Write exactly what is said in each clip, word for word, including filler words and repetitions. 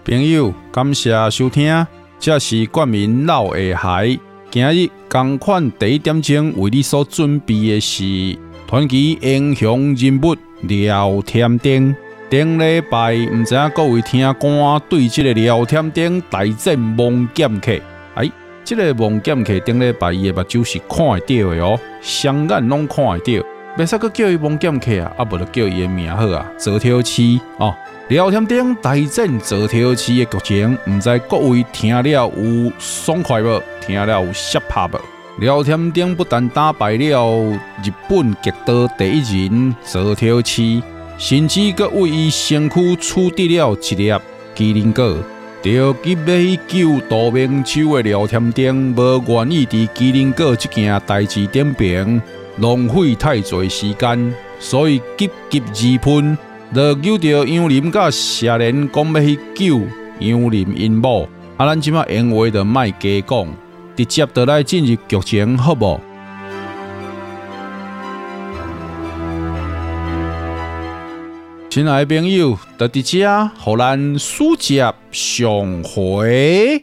朋友，感谢收听，这是冠名老下海。今日同款第一点钟为你所准备的是传奇英雄人物廖添丁。顶礼拜唔知影各位听官对这个廖添丁大战梦剑客，哎，这个梦剑客顶礼拜伊的目睭是看会到的哦，双眼拢看会到。袂使阁叫伊梦剑客啊，啊无就叫伊的名好啊，左条刺哦。廖添丁大战左条刺的剧情，唔知各位听了有爽快无？听了有吓怕无？廖添丁不但打败了日本极道第一人左条刺，甚至阁为伊身躯取得了一粒麒麟果。着急要去救杜明秋的廖添丁，无愿意伫麒麟果这件代志顶边浪费太侪时间，所以急急而喷。就救到杨林甲谢莲，讲要去救杨林因某。啊，咱即马闲话就莫加讲，直接就来进入剧情，好无？亲爱的朋友，就伫遮，互咱书接上回。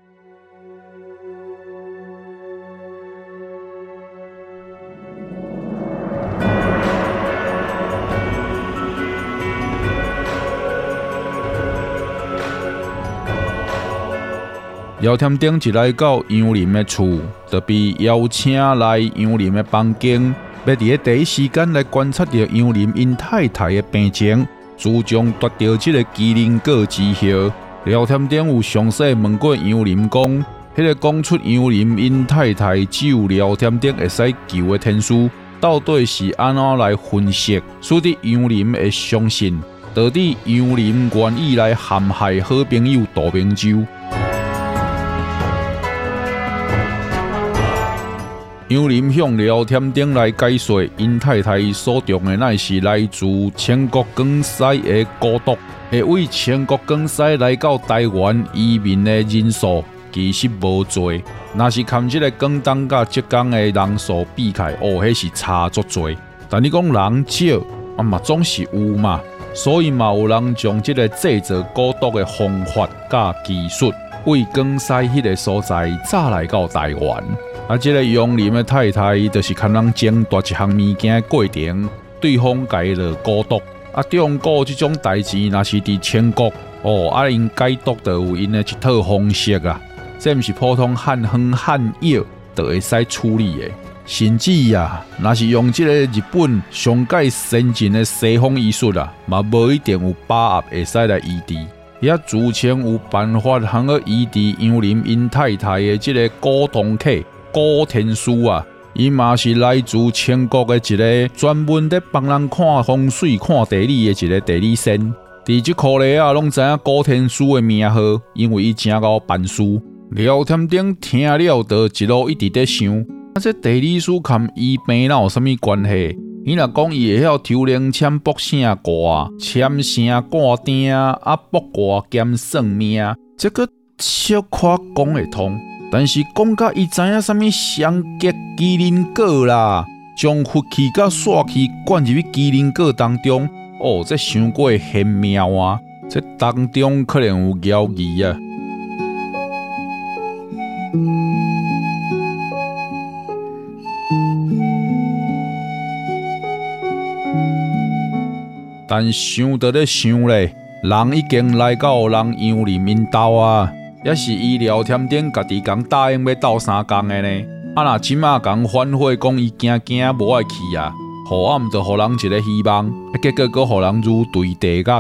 廖添丁一来到杨林的厝，就被邀请来杨林的房间，要伫个第一时间来观察到杨林因太太的病情，自从夺到这个麒麟果之后，廖添丁有详细问过杨林讲，迄个讲出杨林因太太只有廖添丁会使救的天书，到底是安怎来分析，使得杨林会相信，到底杨林愿意来陷害好朋友杜明洲。杨林向廖添丁来解说，因太太所中的乃是来自千国广西的孤独，会为千国广西来到台湾移民的人数其实无多，若是看这个广东甲浙江的人数比起来，哦，迄是差足多。但你讲人少，啊嘛总是有嘛，所以嘛有人将这个制造孤独的方法甲技术，为广西迄个所在早来到台湾。啊，这个杨林的太太就是看人争夺一项物件的过程，对方解了孤独。啊，中国这种代志，若是伫千国哦，啊因解毒就有因的一套方式啊，这毋是普通汉方汉药就会使处理的。甚至啊，若是用这个日本上界先进的西方医术啊，嘛无一定有把握会使来医治。也自称有办法通去医治杨林因太太的这个古铜客。古天书啊，伊嘛是来自千国的一个专门在帮人看风水、看地理的一个地理仙。伫即科里啊，拢知影古天书的名号，因为伊真够办事。廖添丁听了，就一路一直在想：啊，这地理书跟医病哪有啥物关系？伊若讲伊会晓抽灵签、卜啥卦、签啥卦定啊、卜卦兼算命，这个小可讲会通。但是讲到伊知影啥物相结麒麟果啦，将福气甲煞气灌入去麒麟果当中，哦，这想过玄妙啊！这当中可能有妖异啊！但想到咧想咧，人已经来到人杨林因兜啊！也是伊廖添丁家己讲答应要斗相共的呢。啊，若即马讲反悔，讲伊惊惊无爱去啊，互啊毋就互人一个希望，结果阁互人如对地狱。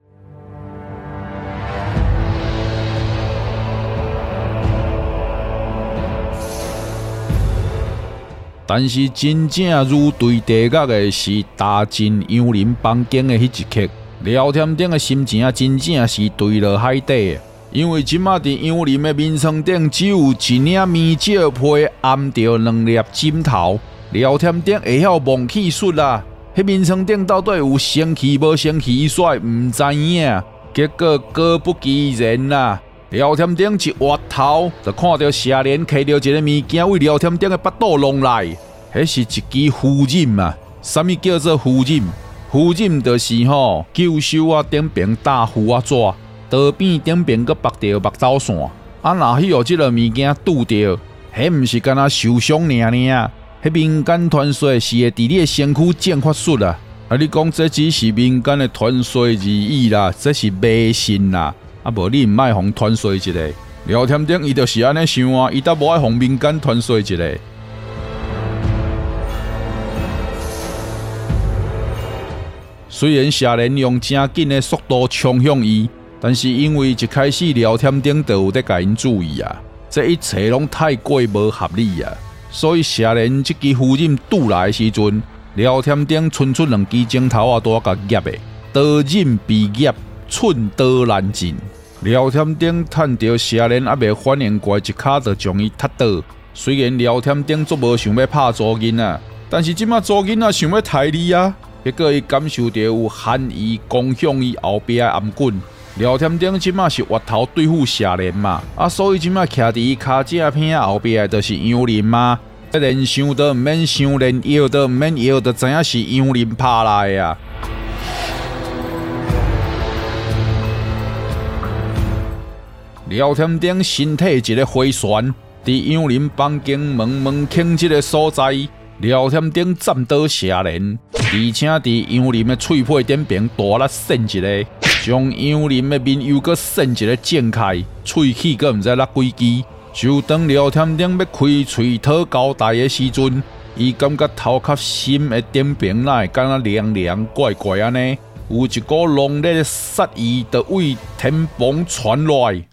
但是真正如对地狱的是踏进杨林房间的迄一刻，廖添丁的心情真正是坠落海底的。因为即马伫杨林的面床顶只有一领棉照被按着两粒枕头，廖添丁会晓望气术啦。迄面床顶到底有生气无生气，伊煞毋知影。结果果不其然啦，廖添丁一滑头就看到谢莲摕着一个物件为廖添丁的腹肚弄来，迄是一支符刃啊！啥物叫做符刃？符刃就是吼，救手啊顶边打符啊纸。 刀柄顶边佫绑着目走线。啊，若迄有即个物件拄着，迄毋是干那受伤尔尔啊！迄民间传说是会伫你的身躯剑法术啊！啊，你讲这只是民间的传说而已啦，这是迷信啦！啊，无你毋莫互传说一下。廖添丁伊就是安尼想啊，伊才无爱互民间传说一下。虽然谢莲用正紧的速度冲向伊。但是因为一开始廖添丁就有在甲因注意啊，这一切拢太过无合理啊，所以谢莲这支夫人拄来的时阵，廖添丁伸出两支指头啊，都甲夹的，刀刃被夹，寸刀难尽。廖添丁趁着谢莲还未反应过来，一骹就将伊踢倒。虽然廖添丁足无想要拍左囡啊，但是即马左囡啊想要杀你啊，结果伊感受到有寒意攻向伊后壁的颔棍。廖添丁即马是滑头对付谢莲嘛，啊，所以即马徛伫伊骹只片后壁的就是杨林嘛。连想都毋免想，连摇都毋免摇，就知影是杨林拍来的啊。廖添丁身体一个回旋，伫杨林房间门门倾即个所在，廖添丁斩倒谢莲，而且伫杨林的喙皮顶边大力扇一个。将杨林的面又搁扇一个剪开，喙齿搁毋知落几支。就当廖添丁要开喙讨交代的时阵，伊感觉头壳心的顶边哪会敢若凉凉怪怪安尼，有一股浓烈的杀意就为天崩传来。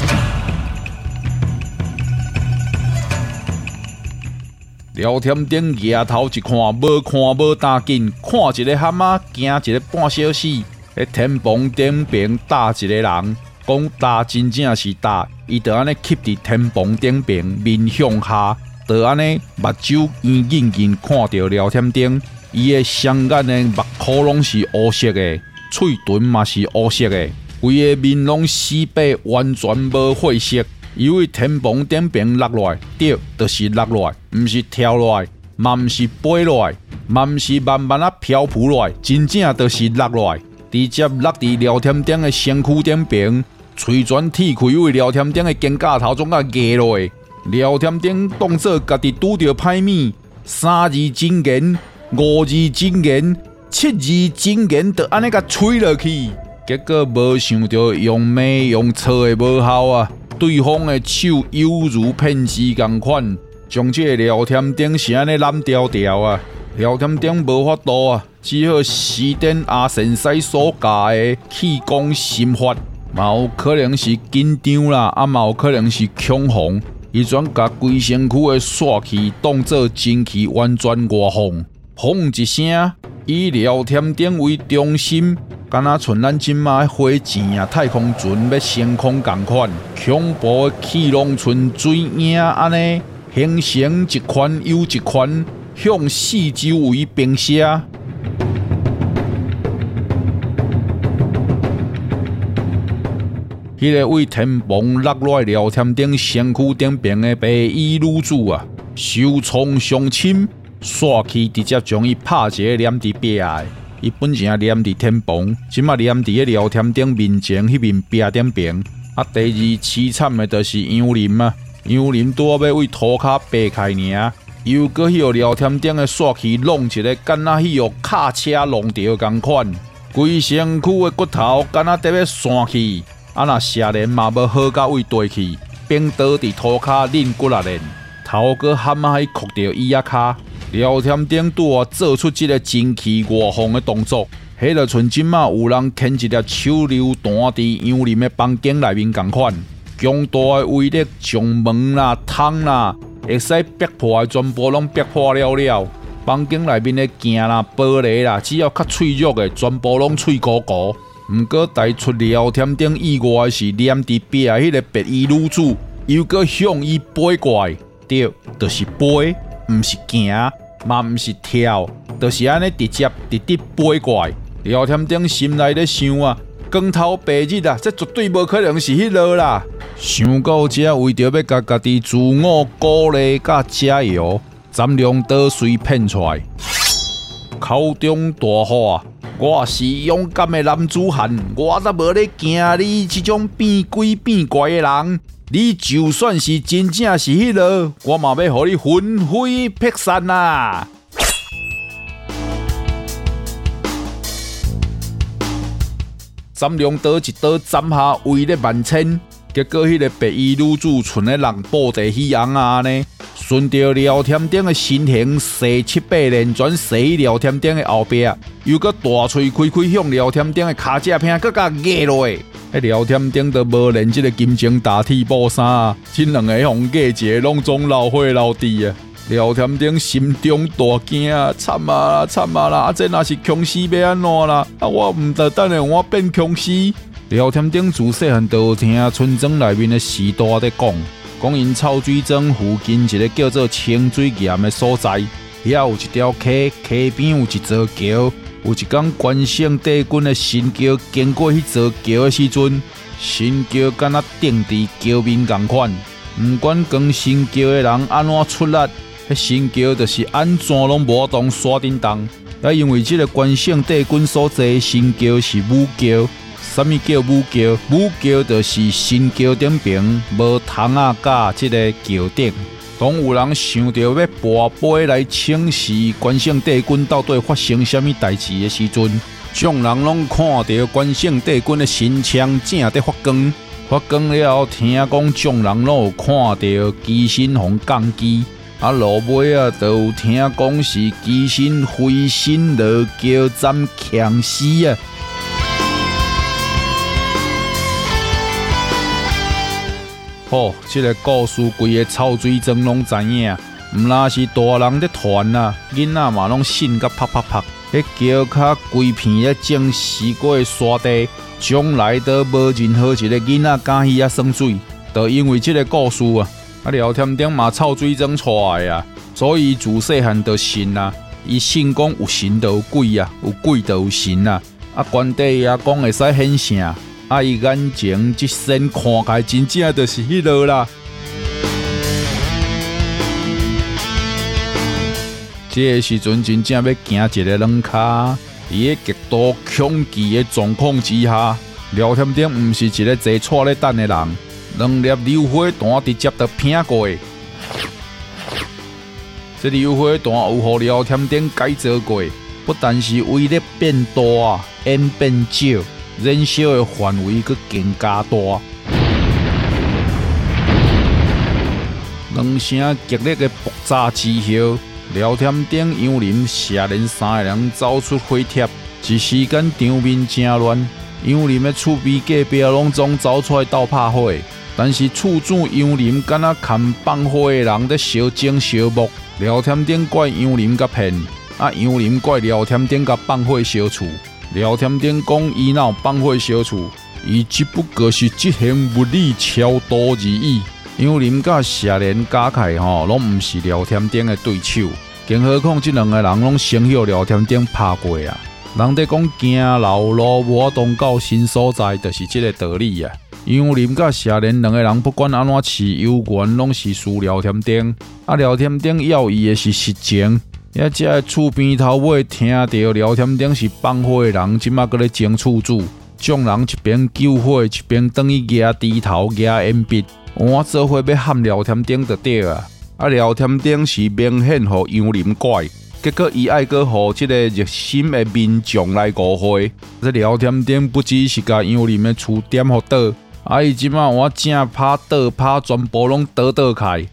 廖添丁举头一看，无看无打紧，看一个蛤蟆，惊一个半小时。喺天棚顶边打一个人，讲打真正是打，伊就安尼吸伫天棚顶边，面向下，就安尼目睭圆圆圆看着廖添丁，伊的双眼的目眶拢是乌色的，喙唇嘛是乌色的，规个面拢死白，完全无血色。伊为天棚顶边落来，对，就是落来，毋是跳来，嘛毋是飞来，嘛毋是慢慢啊漂浮来，真正就是落来。直接落伫廖添丁的身躯顶边，喙全铁开为廖添丁的肩胛头总甲压落去。廖添丁当作家己拄着歹物，三字真言、五字真言、七字真言，就安尼甲吹落去。结果无想到用骂用操的无效啊，对方的手犹如骗子共款，将这个廖添丁是安尼揽条条啊。廖添丁无法度啊，只好施展阿神师所教的气功心法，嘛有可能是紧张啦，啊嘛有可能是恐慌，伊全甲规身躯的煞气当作真气完全外放，轰一声，以廖添丁为中心，敢若像咱即马火箭啊、太空船要升空共款，恐怖的气浪像水影安尼形成一圈又一圈。向四周围并射，迄个为天棚落落廖添丁身躯顶边的白衣女子啊，受创伤深，煞气直接将伊拍一个黏伫壁的。伊本正黏伫天棚，即马黏伫个廖添丁面前迄面壁顶边。啊，第二凄惨的就是杨林啊，杨林拄要为涂骹掰开尔。又搁迄个廖添丁的煞气弄一个，敢若迄个卡车弄着共款，规身躯的骨头敢若得要散去。啊，若谢莲嘛要好到位地去，并倒伫涂骹恁骨力练，头搁喊啊去哭着伊仔骹。廖添丁拄啊做出即个真气外放的动作，迄就像即马有人牵一粒手榴弹伫杨林的房间内面共款，强大的威力将门啦、窗啦。会使逼破的全部拢逼破了了，房间内面的镜啦、玻璃啦，只要较脆弱的，全部拢脆糊糊。毋过带出廖添丁以外是黏伫壁迄个白衣女子，又搁向伊飞过来，对，就是飞，毋是行，嘛毋是跳，就是安尼直接直直飞过来。廖添丁心内咧想啊。光头白日啊，这绝对无可能是迄落啦！想到这，为着要甲家己自我鼓励甲加油，斩量刀随骗出来，口中大喝：“ 我是勇敢的男子汉，我才无咧惊你这种变鬼变怪的人。你就算是真正是迄落，我嘛要互你魂飞魄散啊！斩龙刀一刀斩下，威力万千。结果迄个白衣女子剩的人布袋戏红啊呢，顺着廖添丁的身形射七八连转射去廖添丁的后壁，又搁大喙开开向廖添丁的骹脊片，搁甲压落去。迄廖添丁都无练这个金睛大铁布衫啊，这两个红过节拢总老伙老弟啊！廖添丁心中大惊啊，惨啊惨啊啦！啊，这若是凶尸要安怎啦？啊，我唔得等下我变凶尸。廖添丁自细汉就听村庄内面的士大在讲，讲因臭水庄附近一个叫做清水岩的所在，遐有一条溪，溪边有一座桥。有一天，关圣帝君的神轿经过迄座桥的时阵，神轿敢若定伫桥面同款，不管跟神轿的人安怎出力。迄神桥就是安怎拢无动刷叮当，也因为这个关圣帝君所在的神桥是武桥，什么叫武桥？武桥就是神桥顶边无窗仔架这个桥顶。当有人想到要跋杯来请示关圣帝君到底发生什么代志的时阵，众人拢看到关圣帝君的神枪正在发光。发光了后，听讲众人拢有看到机身互降机。啊，落尾啊，就有听讲是机身飞身落桥斩强死啊！好，这个故事规个臭水庄拢知影，毋那是大人在传啊，囡仔嘛拢信甲啪啪啪。迄桥骹规片咧种死过的沙地，将来都无任何一个囡仔敢去遐耍水，就因为这个故事啊。啊，廖添丁嘛臭水庄出来啊，所以自细汉就信啊。伊信讲有神就有鬼啊，有鬼就有神啊。啊，关帝爷讲会使显啥？啊，伊眼前一身看起来真正就是迄落啦。这个时阵真正要行一个软骹，伊喺极度恐惧的状况之下，廖添丁毋是一个坐错咧等的人。两粒硫火弹直接就偏过，这硫火弹有互廖添丁改造过，不但是威力变大，烟变少，燃烧的范围佫更加大。两声激烈的爆炸之后，廖添丁、杨林、谢连三个人走出火贴，一时间场面真乱。杨林的厝边隔壁拢总走出来斗拍火。但是厝主杨林敢若看放火的人在烧精烧木，廖添丁怪杨林甲骗，啊杨林怪廖添丁甲放火烧厝。廖添丁讲伊哪有放火烧厝，伊只不过是执行物理超度而已。杨林甲谢连加起来吼，拢毋是廖添丁的对手，更何况这两个人拢先向廖添丁拍过啊。人在讲行老路无当到新所在，就是这个道理啊。杨林甲谢连两个人不管安怎饲有缘，拢是输廖添丁。啊，廖添丁要伊的是实情。也只个厝边头尾听到廖添丁是放火的人，即马搁咧争厝主。众人一边救火，一边等伊举猪头、举烟笔，换做伙要喊廖添丁就对啊。啊，廖添丁是明显互杨林怪。结果伊爱搁互即个热心的民众来误会，这廖添丁不只是甲杨林的厝点互倒。啊！伊即马我正拍倒拍，全部拢倒倒开。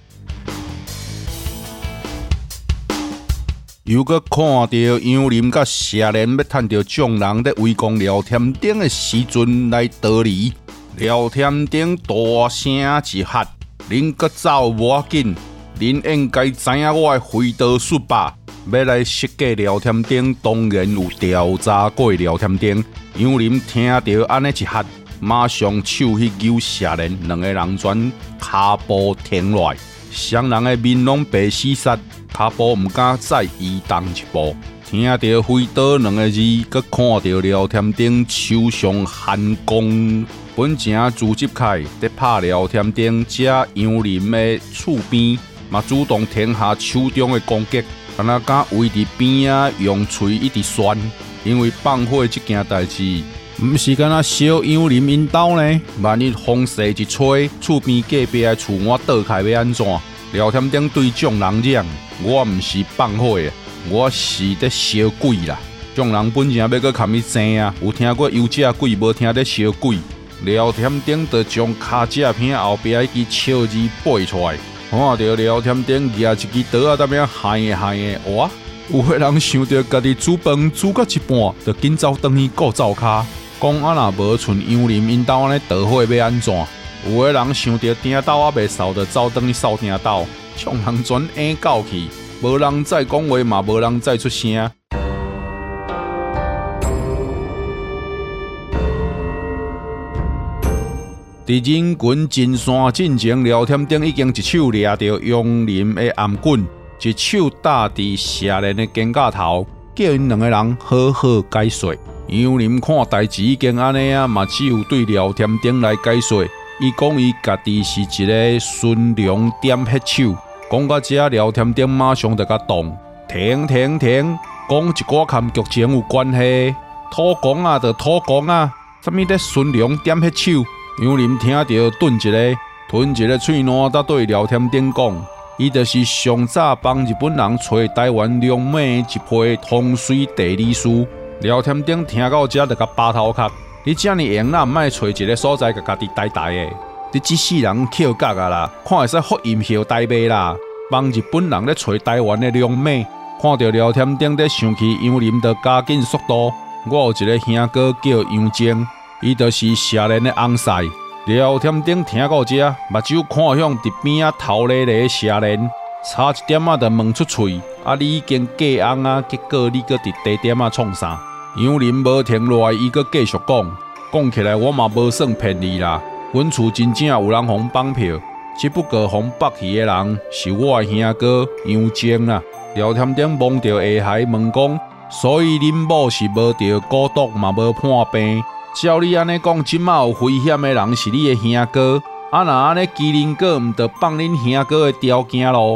又搁看到杨林甲谢连要趁着众人在围攻廖添丁的时阵来逃离。廖添丁大声一喝：“恁搁走无要紧，恁应该知影我的飞刀术吧？”要来设计廖添丁，当然有调查过廖添丁。杨林听到安尼一喝。马上手去揪谢连，两个人全骹步停落来，双人的面拢被死杀，骹步唔敢再移动一步。听到飞刀两个字，佮看到廖添丁手上寒光，本正自执开在拍廖添丁，加杨林的厝边，嘛主动停下手中的攻击，敢若敢围伫边啊，用喙一直旋。 因为放火这件代志，毋是敢若小杨林因兜呢？万一风势一吹，厝边隔壁的厝我倒开要安怎？聊天顶对众人讲，我毋是放火的，我是在烧鬼啦！众人本正要搁砍伊争啊，有听过油炸鬼，无听在烧鬼。聊天顶就将卡架片后壁迄支笑字背出来，看到聊天顶举一支刀啊，踮遐嗨的嗨的，哇！有个人想到家己煮饭煮到一半，就紧走转去顾灶骹，讲啊若无剩杨林因兜安尼倒火要安怎？有个人想到鼎斗啊袂扫，就走转去扫鼎斗，众人全硬到去，无人再讲话嘛，无人再出声。伫人群进山进前，聊天顶已经一手抓着杨林的颔棍，一手搭伫社连的肩胛头，叫因两个人好好解说。杨林看代志已经安尼啊，嘛只有对聊天顶来解说。伊讲伊家己是一个孙良点迄手，讲到这聊天顶马上就甲动，停停停，讲一寡含剧情有关系，土讲啊，就土讲啊，啥物咧孙良点迄手？杨林听到顿一个，吞一个喙烂，才对聊天顶讲，伊就是上早帮日本人找台湾龙美一批风水地理书。聊天顶听到这就甲巴头壳，你遮尔闲，哪毋莫找一个所在，甲家己呆呆的？你这世人扣角啊啦，看会使福音后台卖啦，帮日本人咧找台湾的龙美。看到聊天顶在想起杨林，就加紧速度。我有一个兄哥叫杨晶。伊就是社连的翁婿。聊天顶听到这，目睭看向伫边仔头咧咧社连，差一点仔就问出喙。啊，你已经嫁翁啊，结果你搁伫地点仔创啥？杨林无停落来，伊搁继续讲。讲起来，我嘛无算骗你啦。阮厝真正有人互绑票，只不过互绑去的人是我的兄哥杨晶啦。聊天顶望着下海问讲，所以恁某是无着孤独，嘛无判病。照你安尼讲，即马有危险的人是你的兄哥，啊若安尼麒麟哥毋着放恁兄哥的条件咯？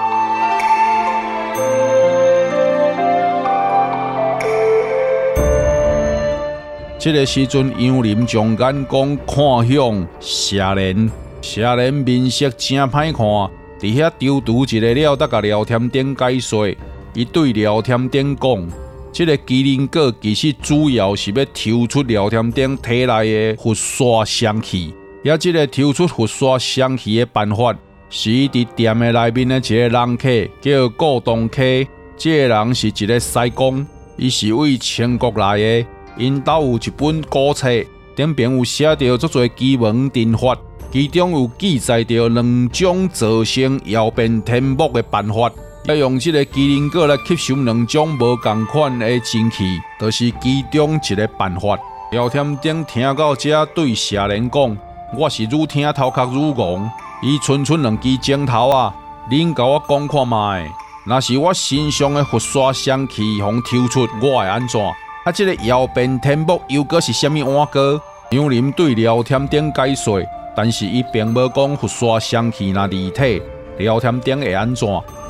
这个时阵，杨林将眼光看向社连，社连面色真歹看，伫遐丢毒一个了，才甲聊天顶解说。伊对聊天顶讲。这个麒麟果其实主要是要抽出聊天顶体内的佛沙香气，也这个抽出佛沙香气的办法，是伊伫店的内面的一个人客叫顾东客。这个人是一个西公，伊是为清国来的，因兜有一本古册，顶边有写着足多奇门阵法，其中有记载着两种造成妖变天目的办法。要用这个麒麟果来吸收两种无同款的精气，就是其中一个办法。聊天顶听到这，对社连讲：“我是愈听头壳愈戆，伊剩剩两支钟头啊！恁甲我讲看卖，若是我身上的佛沙香气互抽出，我会安怎？啊，这个妖变天目又搁是啥物碗糕？”杨林对聊天顶解说，但是伊并无讲佛沙香气若离体，聊天顶会安怎？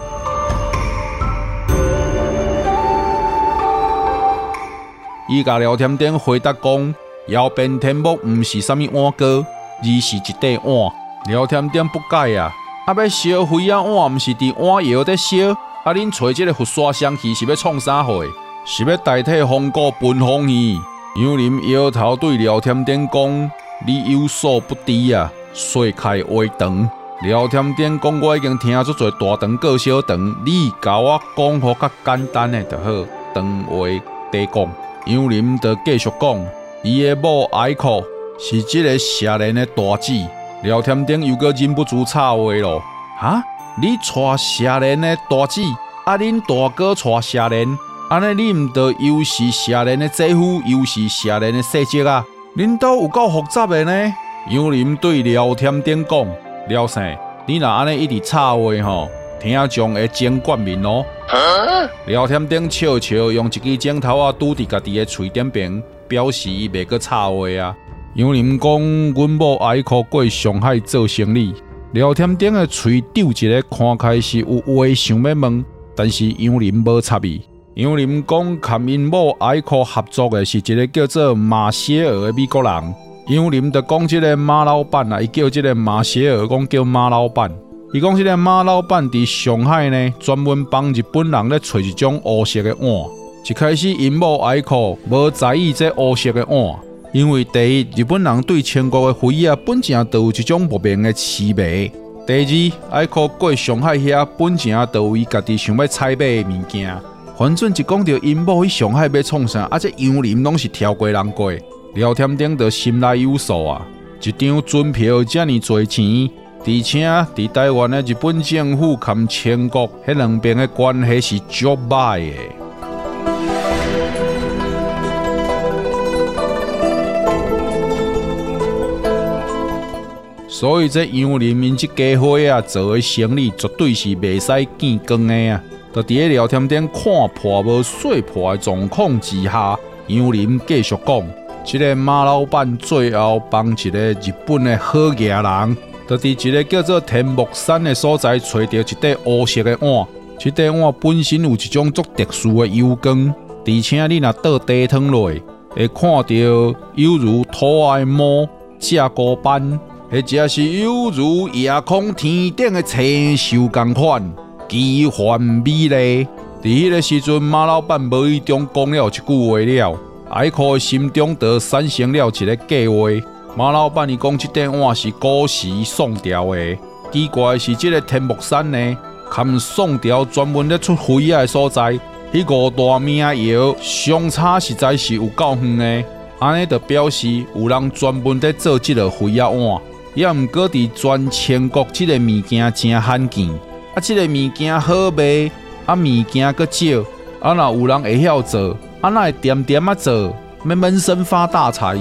伊甲聊天顶回答讲：“妖变天目毋是啥物碗糕，而是一块碗。”聊天顶不解啊！啊，要烧灰啊碗，毋是伫碗窑在烧？啊，恁找这个佛沙香气是要创啥货？是要代替风果分风耳？杨林摇头对聊天顶讲：“你有所不知啊，说开话长。”聊天顶讲：“我已经听足侪大长过小长，你甲我讲好较简单的就好，长话短讲。”杨林就继续讲，伊的某爱酷是这个社连的大姊。聊天顶又搁忍不住插话咯，哈？你娶社连的大姊，啊，恁大哥娶社连，安尼你毋着又是社连的姐夫，又是社连的细姐啊？恁兜有够复杂的呢？杨林对聊天顶讲，聊啥？你若安尼一直插话吼，听众会真冠冕咯。聊天顶笑笑用一支枕头啊拄伫家己的喙顶边，表示伊袂阁插话啊。杨林讲，阮某爱靠过上海做生意。聊天顶的喙抖一个，看开是有话想要问，但是杨林无插伊。 杨林讲，和因某艾可合作的是一个叫做马歇尔的美国人。杨林就讲，这个马老板啊，伊叫这个马歇尔，讲叫马老板。伊讲，这个马老板伫上海呢，专门帮日本人咧找一种乌色的碗。一开始，因某艾可无在意这乌色的碗，因为第一，日本人对清国的灰啊，本正就有一种莫名的痴迷。第二，艾可过上海遐，本正就有伊家己想要采买的物件。反正一讲到因某去上海要创啥，啊，这杨林拢是挑过人过。聊天顶就心内有数啊，一张船票遮尔侪钱，而且伫台湾的日本政府和清国迄两边的关系是足歹的。所以这杨林因这家伙啊做的生意绝对是袂使见光的啊！就伫咧聊天顶看破无说破的状况之下，杨林继续讲，这个马老板最后帮一个日本的好野人，就伫一个叫做天目山的所在找到一块乌色的碗。这块碗本身有一种足特殊的油光，而且你若倒茶汤落，会看到犹如土的毛、架锅斑，或者是犹如夜空天顶的青兽同款。奇幻美丽，伫迄个时阵，马老板无意中讲了一句话了，艾可心中就产生了一个计划。马老板伊讲，这块碗是古时宋朝的。奇怪的是，这个天目山呢，含宋朝专门咧出灰仔的所在，迄五大名窑相差实在是有够远的。安尼就表示有人专门咧做这个灰仔碗，也毋过伫全清国这个物件真罕见。啊，这个物件好卖，啊物件阁少，啊若有人会晓做，啊哪会点点啊做，要闷声发大财？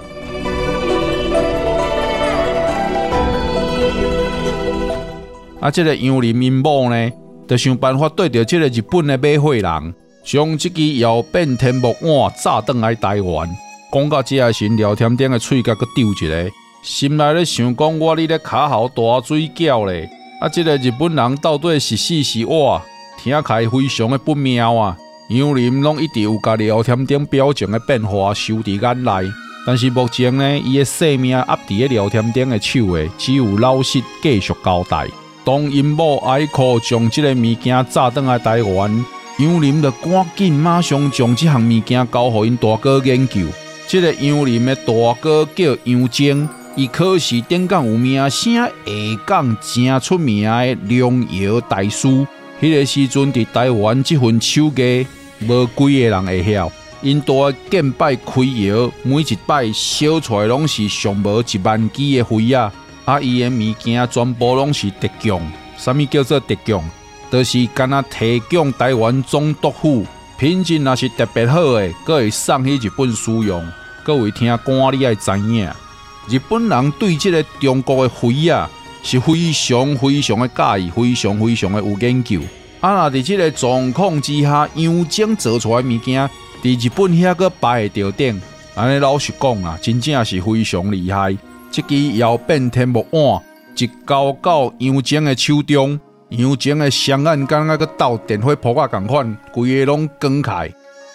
啊，这个杨林因某呢，就想办法对着这个日本的买货人，将这支窑变天目碗炸转来台湾。讲到这时，聊天顶的喙角阁丢一个，心内咧想讲，我哩咧卡好大水饺咧。啊，这个日本人到底是死是活，听起来非常的不妙啊！杨林拢一直有甲聊天顶表情的变化收伫眼内，但是目前呢，伊的性命压伫咧聊天顶的手诶，只有老实继续交代。当因某艾可将这个物件炸转来台湾，杨林就赶紧马上将这项物件交予因大哥研究。这个杨林的大哥叫杨晶。伊可是顶港有名声下港真出名的龙窑大师。迄个时阵伫台湾这份手艺，无几个人会晓。因大建摆开窑，每一摆烧出来拢是上无一万支的灰仔。啊，伊的物件全部拢是特奖。啥物叫做特奖？就是干那提供台湾总督府，品质若是特别好的，阁会送去日本使用。各位听官你爱知影。日本人对这个中国的灰啊是非常非常的介意，非常非常的有研究。啊，若伫这个状况之下，杨晶做出来的物件，伫日本遐个摆会着顶。安尼老实讲啊，真正是非常厉害。这支窑变天目碗一交到杨晶的手中，杨晶的双眼敢若个斗电火扑啊共款，规个拢光开。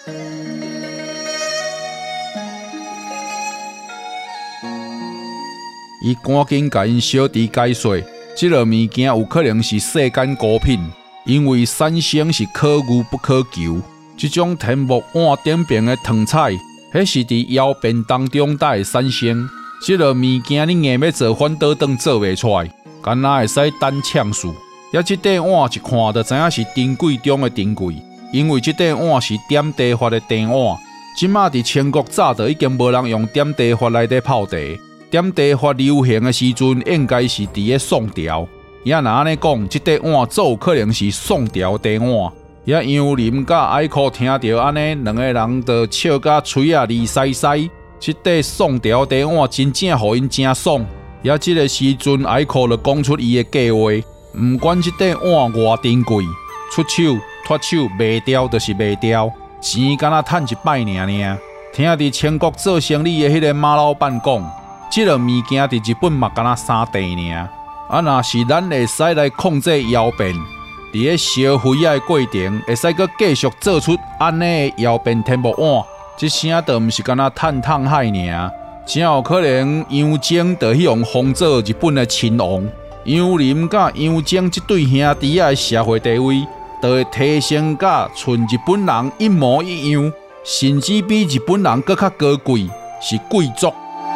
伊赶紧甲因小弟解说，这个物件有可能是世间孤品，因为产生是可遇不可求。这种天目碗顶边的汤彩，迄是伫窑变当中才会产生。这个物件你硬要做反倒转做袂出来，干那会使等呛数。也这块碗一看就知影是珍贵中的珍贵，因为这块碗是点茶法的茶碗。即马伫清国早就已经无人用点茶法来底泡茶。点茶法流行的时阵，应该是伫咧宋朝。也若安尼讲，这块碗最有可能是宋朝茶碗。也杨林甲艾可听到安尼，两个人就笑甲嘴啊利塞塞。这块宋朝茶碗真正互因真爽。也这个时阵，艾可就讲出伊的计划。毋管这块碗偌珍贵，出手脱手卖掉就是卖掉，钱敢若趁一摆尔尔。听伫清国做生意的迄个马老板讲。这个物件伫日本嘛，敢若三地尔。啊，若是咱会使来控制窑变， 伫咧烧灰仔的过程，会使阁继续做出安尼的腰变天幕碗，这声倒毋是干那趁痛海尔，真有可能杨戬就去用封做日本的亲王。杨林甲杨戬这对兄弟仔的社会地位，就会提升甲像日本人一模一样，甚至比日本人阁较高贵，是贵族。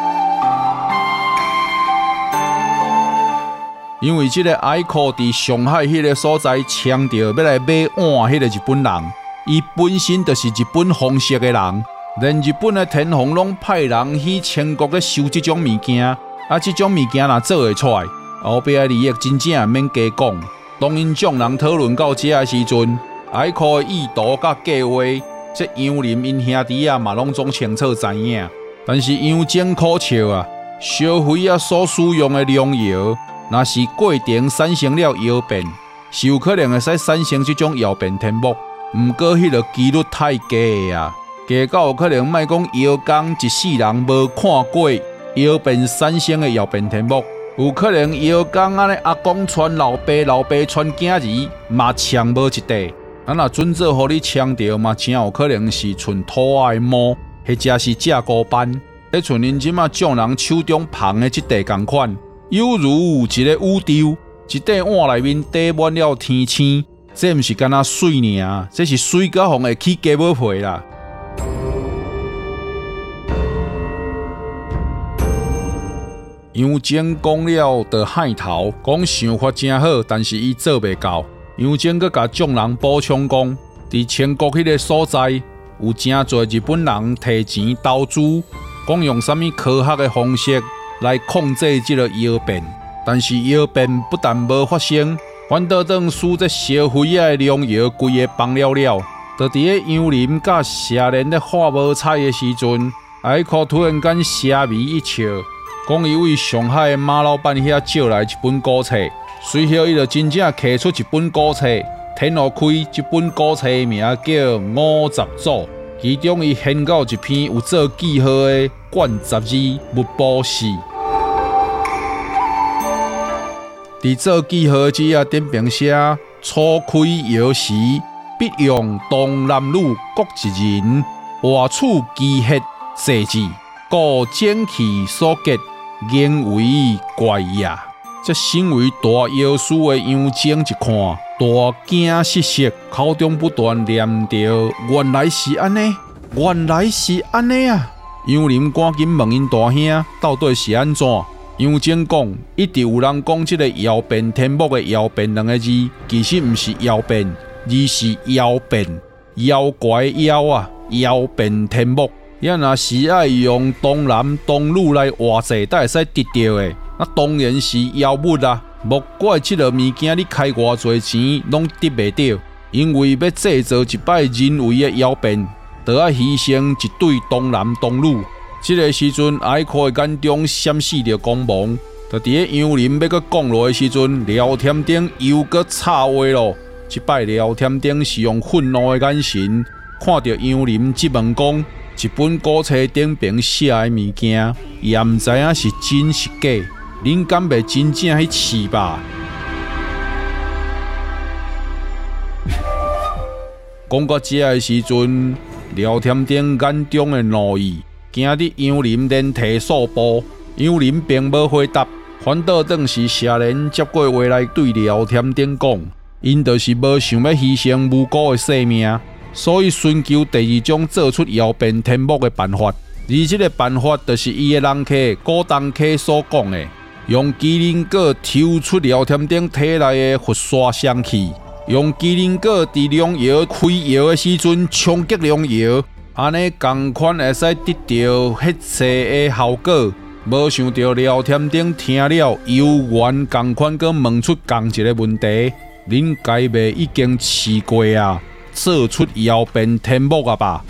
因为这个海口伫上海迄个所在强调要来买碗迄个日本人，伊本身就是日本皇室的人，连日本的天皇拢派人去全国咧收这种物件，啊，这种物件若做会出来，后壁的利益真正免加讲。当因众人讨论到这个时阵，海口的意图甲计划，这杨林因兄弟啊嘛拢总清楚知影。但是杨戬可笑啊，烧灰啊所使用的良药。若是过程产生了妖变，是有可能会使产生这种妖变天幕。毋过迄个几率太低啊，低到有可能莫讲妖工一世人无看过妖变产生的妖变天幕，有可能妖工安尼阿公传老爸，老爸传囝儿，嘛强无一块。啊，若准做互你强调嘛，真有可能是剩土仔的毛，或者是架高班，迄像因即马众人手中捧的即块同款。犹如一个宇宙，一块碗内面堆满了天星，这毋是干那水尔，这是水甲风会起鸡母皮啦。杨戬讲了就海头，讲想法真好，但是伊做袂到。杨戬阁甲众人补充讲，伫全国迄个所在，有真侪日本人摕钱投资，讲用啥物科学的方式。来控制这个妖变，但是妖变不但无发生，反倒当使这烧灰仔的良药规个放了了。就伫个杨林甲夏莲咧画无彩的时阵，海口突然间邪眉一笑，讲伊为上海的马老板遐借来一本古册，随后伊就真正摕出一本古册，天互开。这本古册名叫《五十组》，其中伊献到一篇有做记号的卷十二木布诗。伫做记号纸啊，顶边写：初开窑时，必用东南女各一人，画处机械设置，故精气所结，言为怪也。这身为大药师的杨戬一看，大惊失色，口中不断念着：原来是安尼，原来是安尼啊！杨林赶紧问因大兄，到底是安怎？杨戬讲，一直有人讲这个妖变天幕的妖变两个字，其实毋是妖变，而是妖变，妖怪的妖啊，妖变天幕。要若是爱用东男东女来画者，才会使得到的，那当然是妖物啦。莫怪这个物件你开偌济钱，拢得袂到，因为要制造一摆人为的妖变，就要牺牲一对东男东女。这个时阵，海口的眼中闪烁着光芒，就伫个杨林要阁讲落的时阵，聊天顶又阁插话咯。这摆聊天顶是用愤怒的眼神看着杨林，质问讲：一本古册顶边写的物件，也毋知影是真是假，恁敢袂真正去试吧？讲到这个时阵，聊天顶眼中的怒意。今日杨林连提数步，杨林并无回答，反倒当是夏莲接过话来对聊天顶讲，因就是无想要牺牲无辜的性命，所以寻求第二种做出妖变天幕的办法。而这个办法就是伊的人客古东客所讲的，用麒麟果抽出聊天顶体内的佛沙香气，用麒麟果伫良药开药的时阵冲击良药。安尼同款会使得到迄切的效果，无想到聊天顶听了犹原同款，佮问出同一个问题：恁该袂已经试过啊？做出妖变天幕啊吧？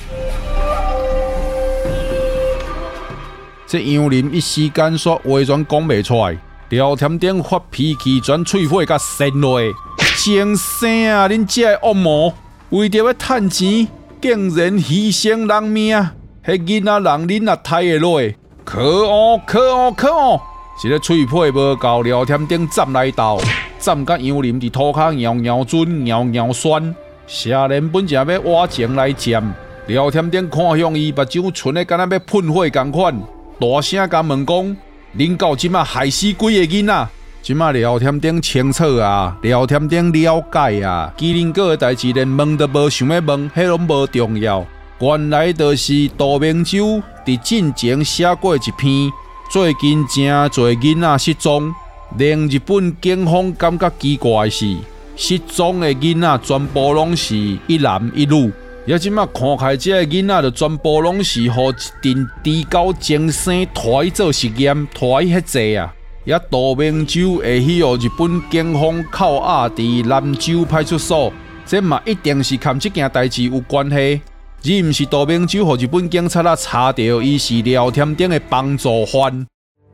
这杨林一时间煞话全讲袂出来，聊天顶发脾气，全喙火甲扇落。精生啊！恁这个恶魔，为着要趁钱。竟然牺牲人命，迄囡仔人恁也睇会落？可恶可恶可恶！一个喙皮无够，聊天顶站来斗， 站甲杨林伫土骹摇摇准、摇摇酸。谢莲本正要挖井来占，廖添丁看向伊，目睭剩咧敢若要喷火共款，大声甲问讲：恁到即马害死几个囡仔？即马廖添丁清楚啊，廖添丁了解啊，麒麟哥的代志连问都无想要问，迄拢无重要。原来就是杜明洲伫进前写过一篇，最近真侪囡仔失踪，令日本警方感觉奇怪的是，失踪的囡仔全部拢是一男一女。也即马看开这个囡仔，就全部拢是互一阵低高精生拖做实验，拖迄济啊！也杜明洲会去互日本警方扣押伫南州派出所，这嘛一定是跟这件代志有关系。而毋是杜明洲互日本警察啊查到伊是廖添丁的帮助犯。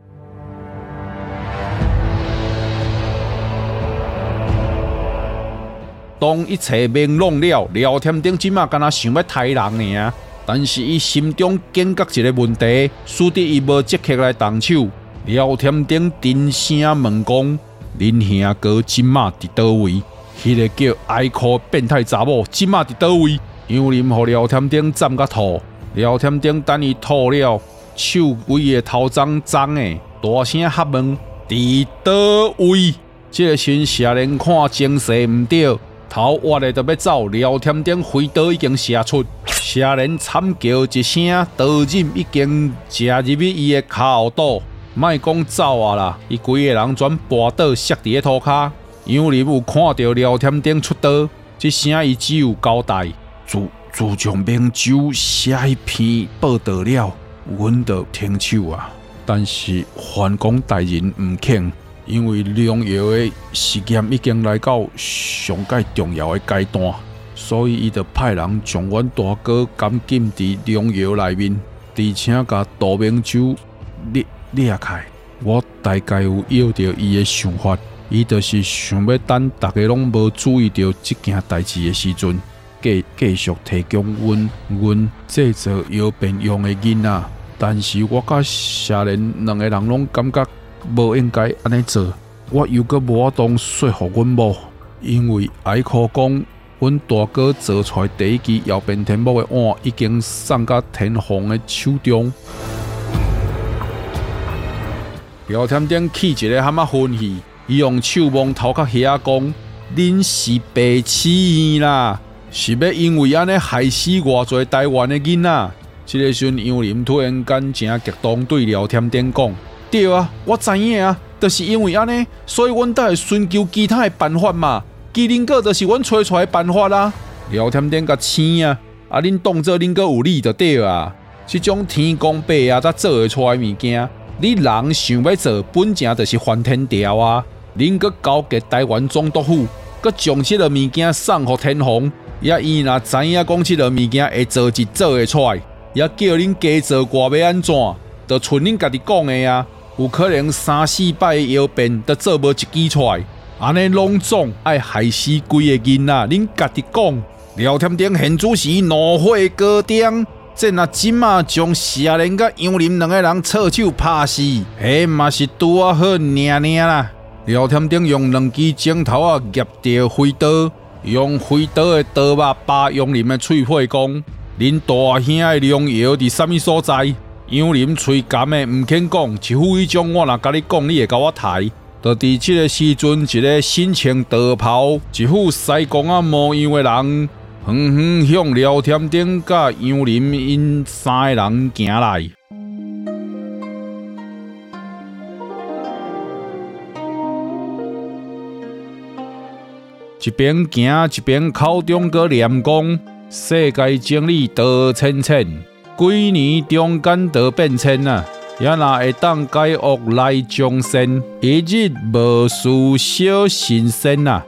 当一切明朗了，廖添丁即马敢若想要杀人尔，但是伊心中警觉一个问题，使得伊无即刻来动手。廖添丁低声问讲：恁兄哥即马伫倒位？迄、那个叫爱哭变态查某即马伫倒位？杨林互廖添丁站甲吐，廖添丁等伊吐了，手规个头脏脏的，大声喝问：伫倒位？这个时谢莲看情势毋对，头歪的就要走，廖添丁挥刀已经射出，谢莲惨叫一声，刀刃已经射入去伊的骹后肚。莫讲走啊啦！伊规个人全跋倒，摔伫个土骹。杨林有看到廖添丁出刀，这声伊只有交代：自自从明州写迄篇报道了，阮就停手啊。但是反攻大人毋肯，因为良药的实验已经来到上界重要的阶段，所以伊就派人将阮大哥监禁伫良药内面，而且甲杜明洲列裂开。我大概有晓到伊的想法，伊就是想要等大家拢无注意到这件代志的时阵，继继续提供阮阮制作药片用的囡仔。但是我甲谢莲两个人拢感觉无应该安尼做，我又阁无法当说服阮某，因为爱哭讲，阮大哥做出来第一支药片天幕的碗已经送到天皇的手中。廖添丁气一个蛤蟆愤气，伊用手摸头壳遐讲：恁是白痴啦，是要因为安尼害死偌侪台湾的囡仔。这个时阵，杨林突然间真激动，对廖添丁讲：对啊，我知影啊，就是因为安尼，所以阮才会寻求其他的办法嘛。麒麟哥就是阮找出来的办法啦。廖添丁甲青啊，啊恁当做恁哥有理就对啊。这种天公伯啊，才做会出来物件。你人想要做，本正就是翻天条啊！恁阁交给台湾总督府，阁将这个物件送给天皇，也伊若知影讲这个物件会做就做会出来，也叫恁加做我要安怎，就剩恁家己讲的啊！有可能三四摆的药片都做无一支出来，安尼拢总爱害死几个囡仔，恁家己讲。廖添丁现主时怒火高涨。这若即马将谢莲甲杨林两个人错手拍死，迄嘛是拄啊好领领啦。廖添丁用两支镜头啊夹着飞刀，用飞刀的刀把扒杨林的喙火讲：恁大兄的良药伫啥物所在？杨林喙干的毋肯讲，一副迄种我若甲你讲，你会甲我抬。就伫即个时阵，一个身穿道袍、一副西公啊模样的人。远远向廖添丁甲杨林因三个人行来，一边行一边口中阁念讲：世界经历多千千，几年中间多变迁啊！也若会当改恶来众生，一日无事小神仙啊！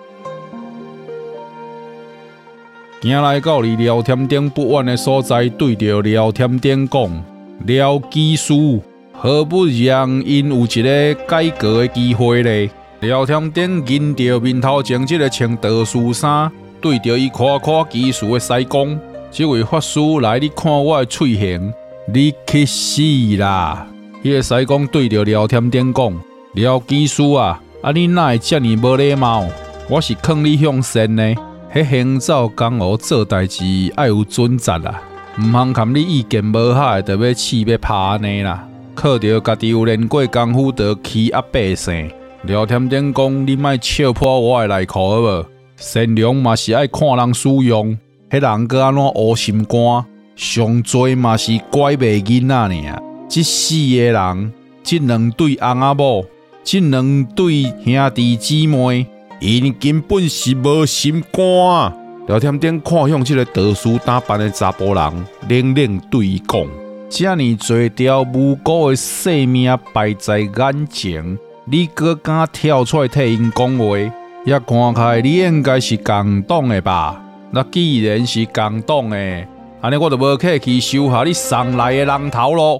行来到离廖添丁不远的所在，对着廖添丁讲：廖技师，何不让因有一个改革的机会呢？廖添丁nhìn着面头前这个穿道士衫，对着伊夸夸技术的西公，这位法师来，你看我的喙形，你去死啦！迄、那个西公对着廖添丁讲：廖技师啊， 啊，你哪会遮尔无礼貌？我是劝你向善呢。迄行走江湖做代志爱有准则啦，毋通含你意见无合的，就要气要拍安尼啦。靠着家己有练过功夫，就欺压百姓。廖添丁讲：你莫笑破我的内裤好无？善良嘛是爱看人使用，迄人搁安怎乌心肝？上侪嘛是拐卖囡仔尔。即四个人，即两对翁仔某，即两对兄弟姊妹，因根本是无心肝啊！廖添丁看向即个道士打扮的查甫人，冷冷对伊讲：遮尔侪条无辜的性命摆在眼前，你搁敢跳出来替因讲话？也看起来你应该是共党的吧？那既然是共党的，安尼我就无客气收下你送来的人头咯。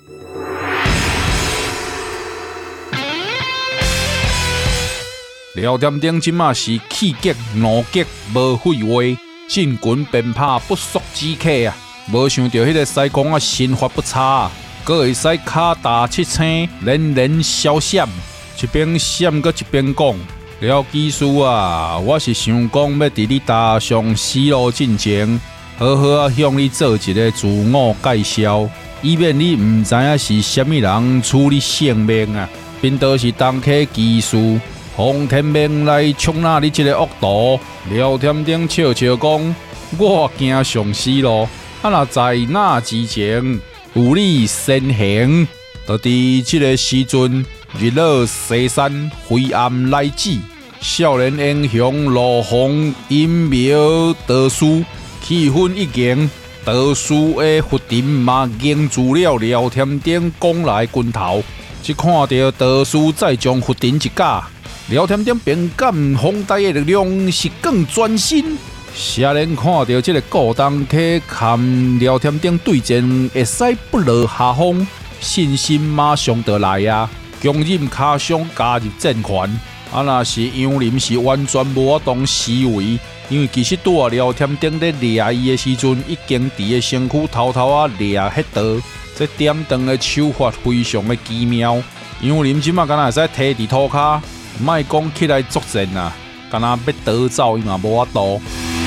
廖添丁即马是气急怒极，无废话，进军便拍不速之客啊！无想到迄个西公啊，身法不差，阁会使脚踏七星，连连消闪，一边闪阁一边讲。廖技师啊，我是想讲要伫你踏上死路进前，好好啊向你做一个自我介绍，以免你毋知影是虾米人处理性命啊，并都是当客技师。奉天命来冲哪你这个恶徒！廖添丁笑笑讲：“我惊上死咯！啊，若在那之前有你先行，就伫这个时阵，日落西山，灰暗来至，少年英雄落红阴庙道士，气氛一凝，道士的佛尘嘛凝住了廖添丁讲来拳头，只看到道士再将佛尘一架。”廖添丁便感皇帝的力量是更专心。下人看到这个顾东客和廖添丁对战，会使不落下风，信心马上就来啊！强忍卡上加入战团。啊，若是杨林是完全无法当思维，因为其实拄啊廖添丁咧掠伊的时阵，已经伫个身躯偷偷啊掠迄刀，这点灯的手法非常的奇妙。杨林即马敢若会使摕伫涂骹。莫讲起来作战啊，敢若要逃走伊嘛无法度。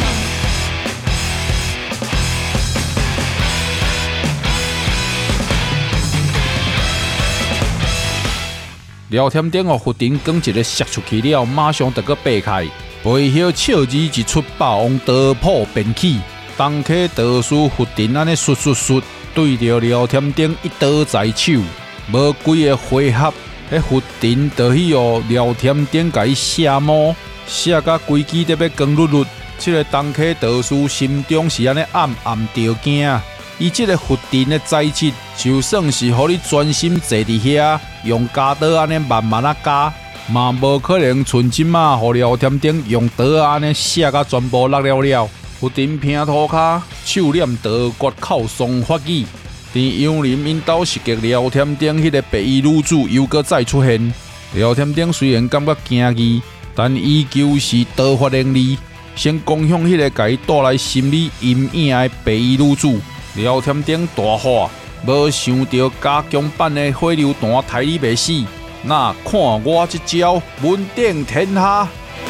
廖添丁哦，佛尘讲一个射出去了，马上就个爬开，背后笑字一出，霸王刀破便起，东客道士佛尘安尼唰唰唰，对着廖添丁一刀在手，无几个回合。迄佛尘就去哦，廖添丁甲伊写毛，写甲规支都要光绿绿。这个东客道士心中是安尼暗暗着惊。伊这个佛尘的材质，就算是互你专心坐伫遐，用家刀安尼慢慢啊加，嘛无可能像即马互廖添丁用刀安尼写甲全部落了了。佛尘偏涂骹，手念刀决口双发语。伫杨林因兜袭击廖添丁迄个白衣女子又搁再出现，廖添丁虽然感觉惊异，但依旧是刀法凌厉，先攻向迄个甲伊带来心理阴影的白衣女子。廖添丁大喝，无想到加强版的火榴弹杀你袂死，那看我这招稳定天下！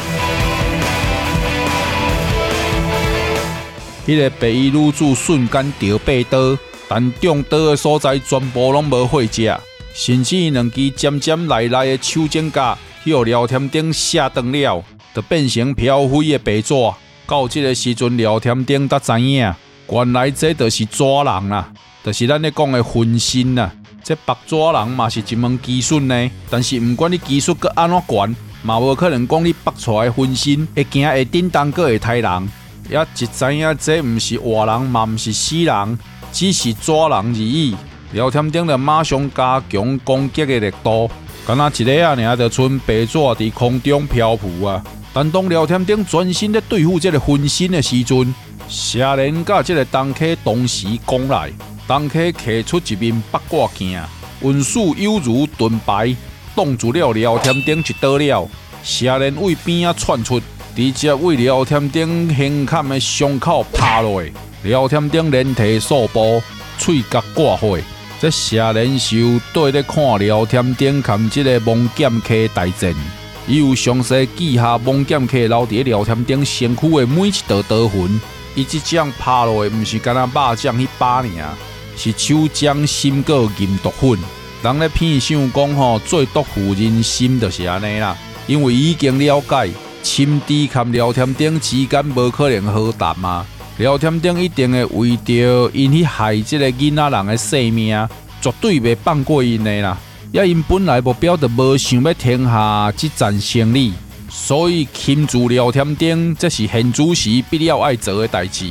迄个白衣女子瞬间着八刀。但中刀的所在全部拢无血迹，甚至两支尖尖来来的手剪甲，向廖添丁射断了，就变成飘飞的白纸。到这个时阵，廖添丁才知影，原来这就是纸人啦，就是咱咧讲的分身啦。这白纸人嘛是一门技术呢，但是不管你技术搁安怎悬，嘛无可能讲你白出来的分身会行会叮当，搁会杀人。也一知影这不是活人，嘛不是死人。只是纸人而已，廖添丁就马上加强攻击的力度，敢若一个啊，尔就剩白纸伫空中漂浮啊。但当廖添丁专心咧对付这个分身的时阵，下人甲这个东客同时攻来，东客揢出一面八卦镜，运势犹如盾牌，挡住了廖添丁一刀了。下人为边啊窜出，直接为廖添丁胸坎的伤口拍落。廖添丁连提数步，喙角挂火。这下人是有对咧看廖添丁含这个蒙剑客大战。 伊有详细记下蒙剑客留伫聊天顶身躯的每一道刀痕。伊即种拍落的，毋是干那肉酱迄把尔，是手姜、心果、银毒粉。人咧片想讲吼，做毒妇人心就是安尼啦，因为已经了解，深知和聊天顶之间无可能好谈嘛。聊天顶一定会为着因去害即个囡仔人的性命，绝对袂放过因的啦。也因本来目标就无想要停下即战生理。所以，亲自聊天顶，这是现主时必要爱做的代志。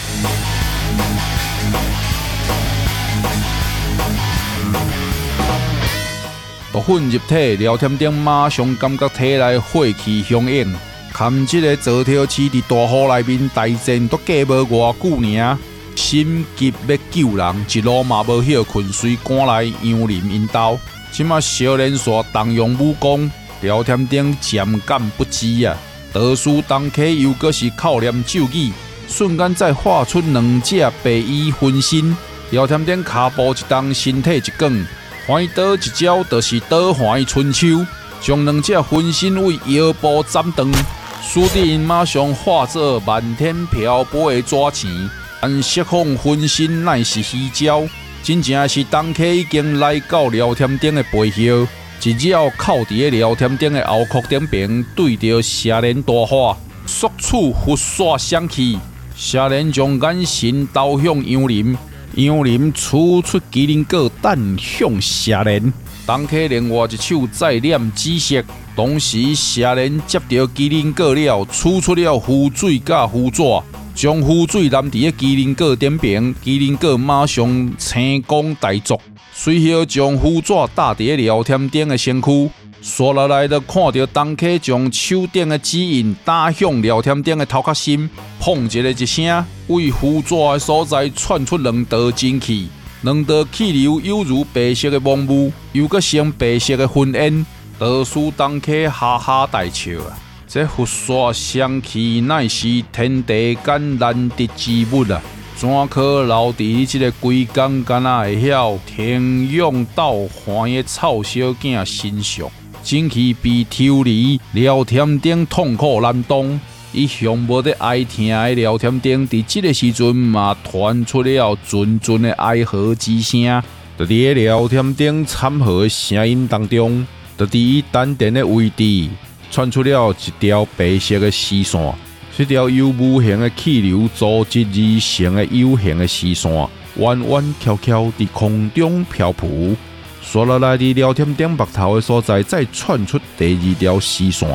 毒粉入体，聊天顶马上感觉体内火气汹涌。含这个座条市伫大雨内面大战，都过无偌久尔，心急要救人，一路嘛无晓困，随赶来杨林因兜。即马少年煞动用武功。聊天顶渐感不支啊！道士当客又阁是靠念咒语，瞬间再画出两只白衣分身。聊天顶骹步一动，身体一转，还刀一招就是刀环春秋，将两只分身为腰部斩断。输敌因马上化作漫天飘泊的纸钱，但释放分身乃是虚招，真正是当客已经来到聊天顶的背后。一绕靠伫个聊天顶的后壳顶边，对着邪莲大喊，速处佛刷响起。邪莲将眼神投向杨林，杨林取出麒麟果弹向邪莲。当客另外一手再念指示，同时邪莲接到麒麟果了，取出了符水甲符纸，将符水淋伫个麒麟果顶边，麒麟果马上青光大作。随后将符纸搭伫聊天顶的身躯，刷落来就看到当客将手顶的指印打向聊天顶的头壳心，砰一个一声，为符纸的所在窜出两道真气，两道气流犹如白色的蒙雾，又阁成白色的云烟。道士当客哈哈大笑啊！这佛刷香气乃是天地间难得之物啊！怎可留伫这个规工干那会晓停用倒还的臭小囝身上？真气被抽离，聊天顶痛苦难当。伊向无得哀痛的聊天顶，伫这个时阵嘛传出了阵阵的哀嚎之声。在伫聊天顶惨嚎的声音当中，就伫伊丹田的位置传出了一条白色的丝线。这条由无形的气流组织而成的有形的丝线，弯弯翘翘伫空中漂浮，刷落来伫聊天顶目头的所在，再窜出第二条丝线。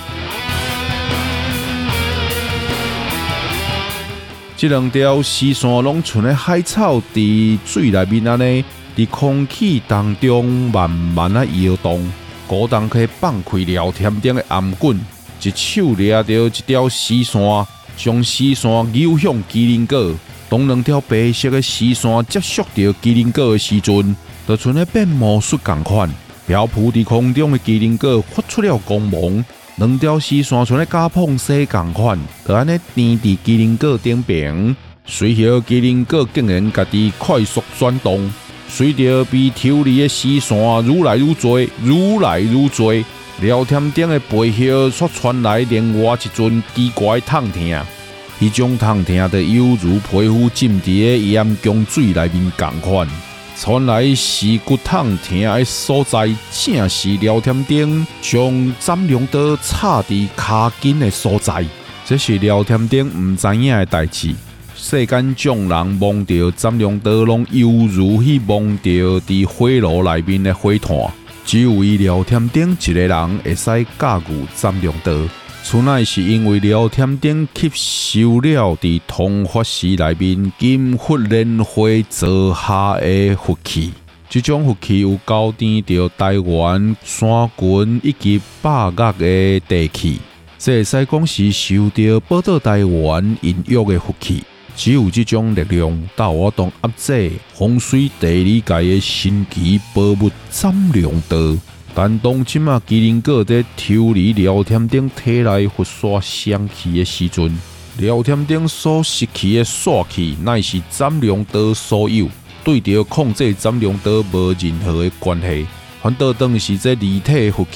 这两条丝线拢像咧海草伫水内面安尼，伫空气当中慢慢啊摇动。古当可以放开聊天顶的颔棍。一手抓着一条丝线，将丝线扭向麒麟果。当两条白色的丝线接触到麒麟果的时阵，就像咧变魔术同款，漂浮伫空中的麒麟果发出了光芒。两条丝线像咧假碰丝同款，就安尼粘伫麒麟果顶边。随后，麒麟果竟然家己快速转动，随着被抽离的丝线愈来愈多，愈来愈多。聊天顶的背后所传来另外一阵奇怪痛痛，迄种痛痛就犹如皮肤浸伫个盐江水内面同款。传来是骨痛痛的所在，正是聊天顶将斩龙刀插伫骹筋的所在。这是聊天顶唔知影的代志。世间众人望到斩龙刀，拢犹如去望到伫火炉内面的火炭。只有伊聊天顶一个人会使驾驭斩龙刀，此乃是因为聊天顶吸收了伫通法时内面金佛莲花做下的佛气。这种佛气有交织着台湾山群以及百岳的地气，这会使讲是受到宝岛台湾孕育的佛气。只有这种力量，才有法压制风水地理界的神奇宝物斩龙刀。但当即马麒麟果在抽离聊天顶体内佛刷香气的时阵，聊天顶所失去的煞气，乃是斩龙刀所有，对着控制斩龙刀无任何的关系，反倒当是这离体佛气。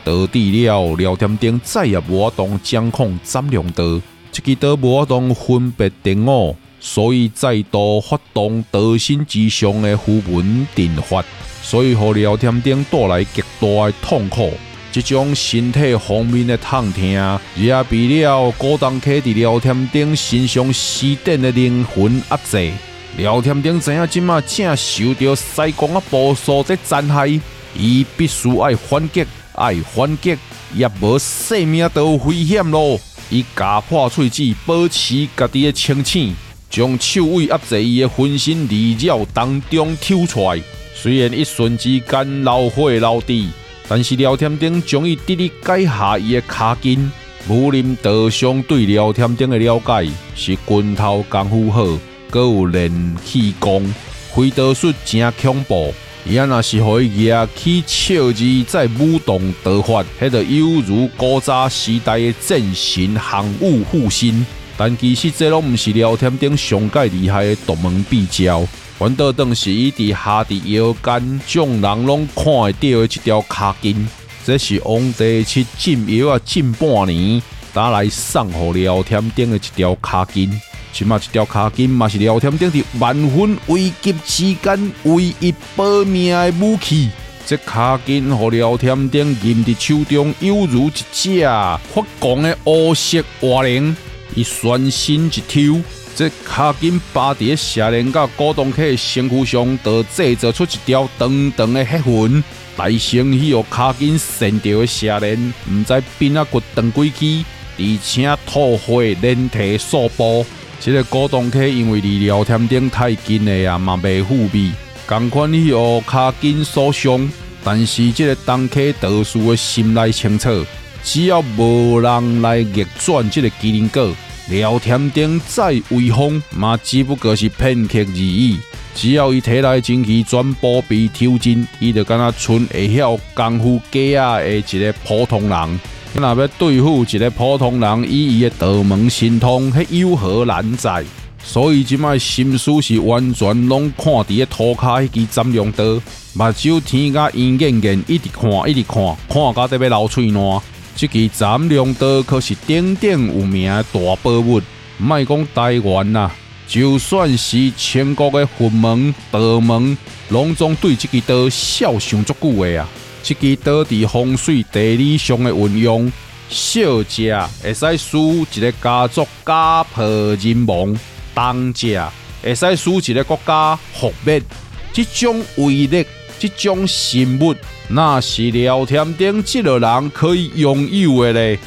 导致了廖添丁再也无法当掌控占良道，这支刀无法当分别敌我，所以再度发动刀身之上的符文阵法，所以互廖添丁带来极大的痛苦。这种身体方面的痛痛，也被了古董客伫廖添丁身上施展的灵魂压制。廖添丁知影即马正受到西公啊部署这残害，伊必须爱反击，爱反击，也无性命都有危险咯。伊咬破喙齿，保持家己的清醒，将手尾压制伊的分身离绕当中抽出来。虽然一瞬之间老火老地。但是廖添丁将伊直直解下伊的骹筋。武林道上对廖添丁的了解是拳头功夫好，阁有练气功，挥刀术真恐怖。伊啊若是互伊举起笑字再舞动刀法，迄就犹如古早时代的战神行武护身。但其实这拢毋是廖添丁上界厉害的独门秘招。反倒当是伊伫下伫腰间，众人拢看会到的一条骹筋，这是王第七禁药啊禁半年，打来送互廖添丁的一条骹筋。即马一条骹筋嘛是廖添丁伫万分危急之间唯一保命的武器。这骹筋互廖添丁攥伫手中，犹如一只发光的乌色活灵，伊全身一抽。这骹筋扒伫射连甲古董客身躯上，就制造出一条长长的血痕。大声迄个骹筋闪着的射连，毋知边啊骨长几支，而且吐血连体数波。这个古董客因为离廖添丁太近了啊，嘛袂富味。同款迄个骹筋所伤，但是这个东客道士的心内清楚，只要无人来逆转这个麒麟果。廖添丁再威风，嘛只不过是片刻而已。只要伊体内精气全部被抽尽，伊就敢若剩会晓功夫架啊的一个普通人。若要对付一个普通人，以伊的道门神通，迄有何难在？所以即摆心思是完全拢看伫个涂骹迄支斩龙刀，目睭天甲圆眼眼，一直看，一直看，看到得要流喙烂。这支斩龙刀可是鼎鼎有名的大宝物，莫讲台湾啦，就算是全国的佛门、道门，拢总对这支刀笑上足久的啊！这支刀伫风水地理上的运用，小只会使使一个家族家破人亡，当只会使使一个国家覆灭，这种威力。这种神物，那是廖添丁这个人可以拥有的咧。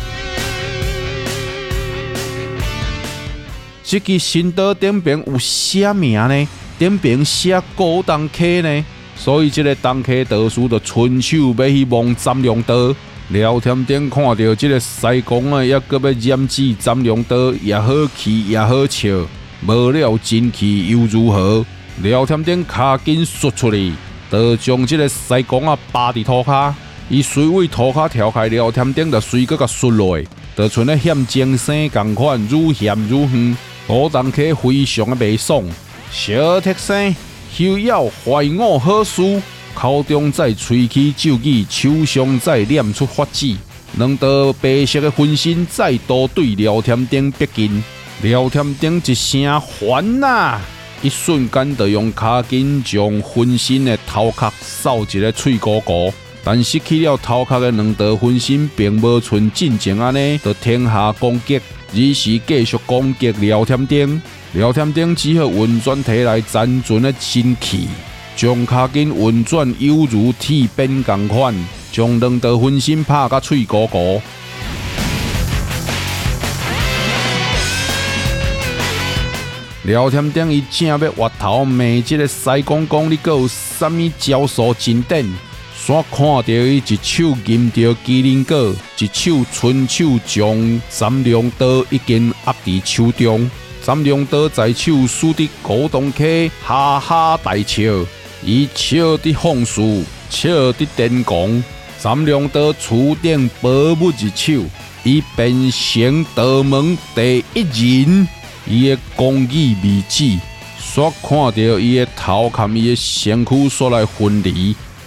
这支神刀顶边有写名呢，顶边写古董客呢，所以这个东客道士就伸手要去摸斩龙刀。廖添丁看到这个西公啊，也搁要染指斩龙刀，也好气也好笑，无了真气又如何？廖添丁骹筋xuất出去。就将这个西公啊扒伫涂骹，伊随位涂骹跳开，廖添丁就随个甲摔落，就像咧险精生共款，愈险愈远。古董客非常的袂爽，小铁生休要坏我好事，口中再吹起咒语，手上再念出法旨，两道白色的分身再度对廖添丁逼近。廖添丁一声还呐！一瞬间，就用骹筋将分身的头壳扫一个脆糊糊，但失去了头壳的两道分身，并无像进前安尼，就停下攻击，而是继续攻击廖添丁。廖添丁只好运转体内残存的真气，将骹筋运转犹如铁鞭同款，将两道分身拍甲脆糊糊。廖添丁伊正要挖头骂这个西公公，你阁有啥物招数真典？煞看到伊一手攥着麒麟果，一手伸手将斩龙刀已经握伫手中。斩龙刀在手，使得古董客哈哈大笑，伊笑得放肆，笑得癫狂。斩龙刀触顶宝物一手，伊变成道门第一人。伊的公义秘旨，煞看到伊的头含伊的身躯所来分离，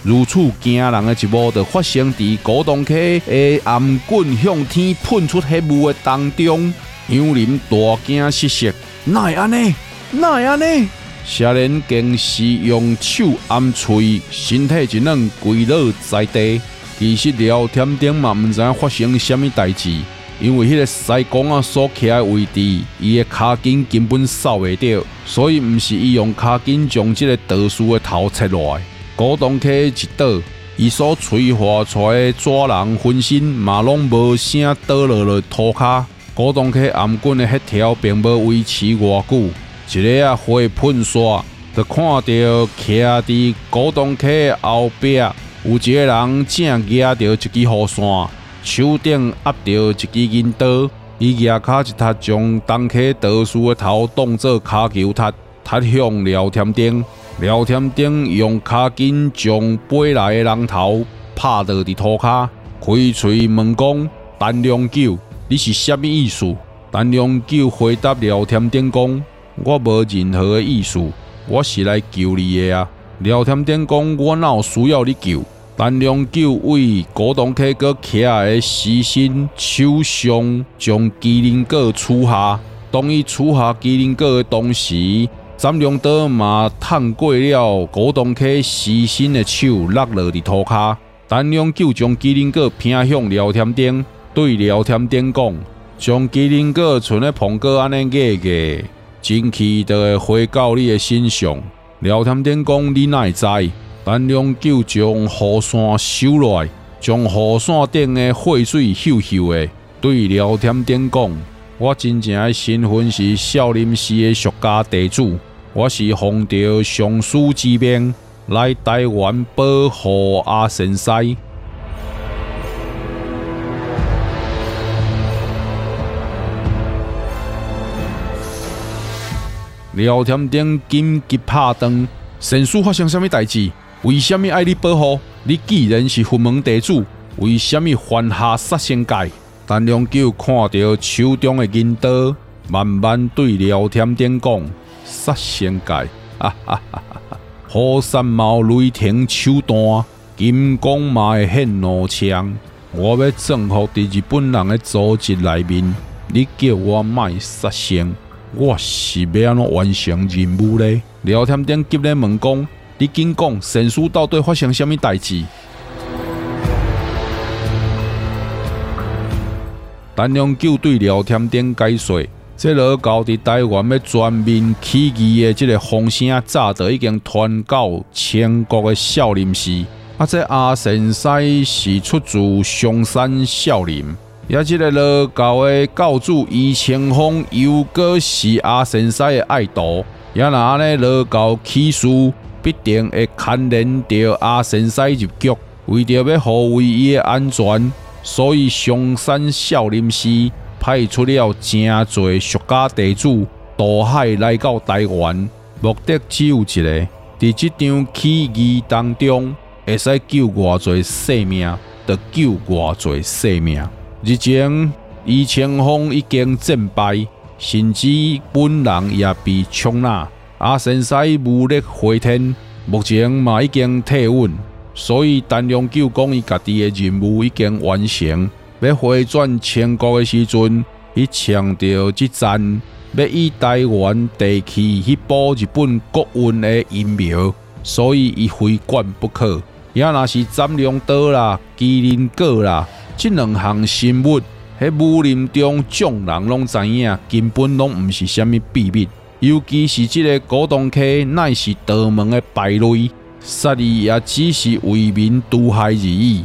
如此惊人的一幕，就发生伫古洞溪的颔棍向天喷出黑雾的当中。杨林大惊失色，哪会安尼？哪会安尼？少年更是用手按喙，身体一软，跪落在地。其实廖添丁嘛毋知影发生什么代志，因为迄个西公啊所徛的位置，伊的骹筋根本扫袂到，所以毋是伊用骹筋将即个道士的头切落来。古洞溪一倒，伊所催化出来的纸人分身嘛拢无声倒落了涂骹。古洞溪颔棍的迄条并无维持偌久，一个啊火喷刷，就看到徛伫古洞溪后壁有一个人正举着一支雨伞，手顶握着一支银刀，伊举骹一踢将东溪道士的头当作骹球踢，踢向廖添丁。廖添丁用骹筋将飞来的人头拍倒伫涂骹，开嘴问讲：“陈良久，你是啥物意思？”陈良久回答廖添丁讲：“我无任何的意思，我是来救你的啊。”廖添丁讲：“我哪有需要你救？”陈良久为古洞溪阁徛的尸身手上将麒麟果取下，当伊取下麒麟果的同时，斩龙刀嘛探过了古洞溪尸身的手，落落伫涂骹。陈良久将麒麟果偏向廖添丁，对廖添丁讲：“将麒麟果剩咧碰果安尼压压，真气就会回到你的身上。”廖添丁讲：“你哪会知？”陈良久将雨伞收落来，将雨伞顶的火水嗅嗅的，对廖添丁讲：“我真正的身份是少林寺的俗家弟子，我是奉着上师之命来台湾保护阿先师。”廖添丁紧急拍断：“先师发生什么代志？为什么爱你保护？你既然是佛门弟子，为什么犯下杀生戒？”陈良久看到手中的银刀，慢慢对廖添丁讲：“杀生戒，哈哈哈哈！火山冒雷霆手段，金光嘛会现怒枪。我要征服伫日本人的组织内面，你叫我卖杀生，我是要安怎完成任务呢？”廖添丁急咧问讲：“你紧讲，先师到底发生什么代志？”陈良久对廖添丁解说：“这老高伫台湾要全面起义的这个风声，早就已经传到全国的少林寺。啊，这阿先师是出自香山少林，也这个老高的教主余清风又阁是阿先师的爱徒。也若安尼，老高起事必定会牵连到阿先师入局。为着要护卫伊的安全，所以香山少林寺派出了真侪俗家弟子渡海来到台湾，目的只有一个：伫这场起义当中，会使救偌侪性命，就救偌侪性命。日前，余清风已经战败，甚至本人也被枪杀。阿先师武力回天，目前嘛已经退稳，所以陈良久讲伊家己的任务已经完成。要回转全国的时阵，伊强调这战要以台湾地区去保日本国运的阴谋，所以伊非管不可。也若是斩龙刀啦、麒麟果啦，这两项神物，喺武林中众人拢知影，根本拢毋是啥物秘密。尤其是这个古洞溪，乃是道门的败类，杀伊也只是为民除害而已。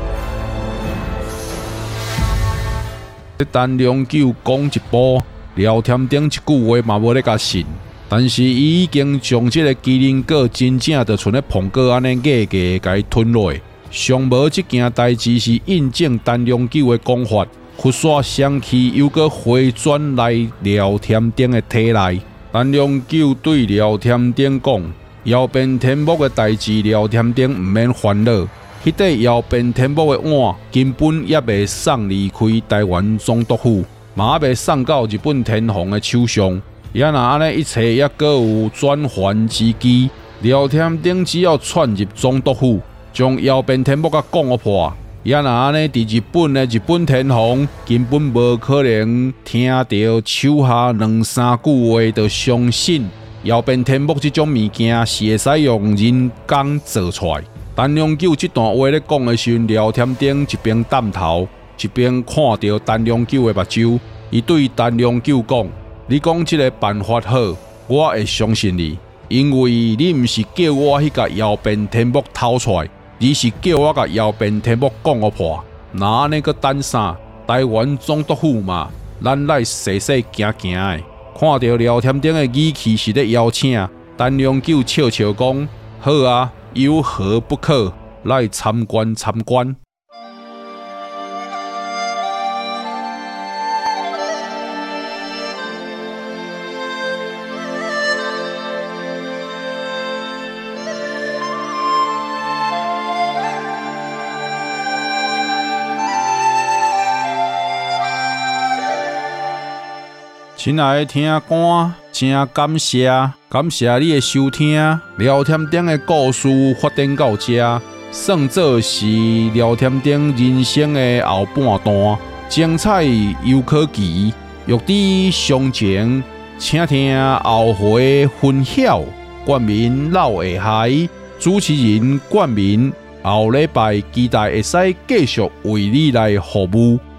陈良久讲一步，廖添丁一句话嘛无咧甲信，但是伊已经将这个麒麟果真正就像咧碰果安尼硬硬甲伊吞落。上无这件代志是印证陈良久的讲法，佛煞香气又搁回转来廖添丁的体内。陈良久对廖添丁讲：“遥变天目的代志，廖添丁毋免烦恼。迄块遥变天目的碗根本也未送离开台湾总督府，嘛也未送到日本天皇的手上。也若安尼一切也搁有转圜之机，廖添丁只要窜入总督府， 将腰边天幕甲讲互破。也若安尼，伫日本的日本天皇根本无可能听到手下两三句话就相信腰边天幕这种物件是会使用人工做出来。陈良久这段话咧讲的时候，廖添丁一边点头，一边看到陈良久的目睭。伊对陈良久讲：“你讲这个办法好，我会相信你，因为你毋是叫我去甲腰边天幕偷出来。”而是叫我甲腰边天幕讲互破，那安尼个等啥？台湾总督府嘛，咱来细细行行的。看到廖添丁的语气是咧邀请，陈良久笑笑讲：“好啊，有何不可？来参观参观。”亲爱的听官，真感谢，感谢你的收听。廖添丁的故事发展到这，算作是廖添丁人生的后半段，精彩又可期。欲知详情，请听后回分晓。冠名老下海，主持人冠名，后礼拜期待会使继续为你来服务。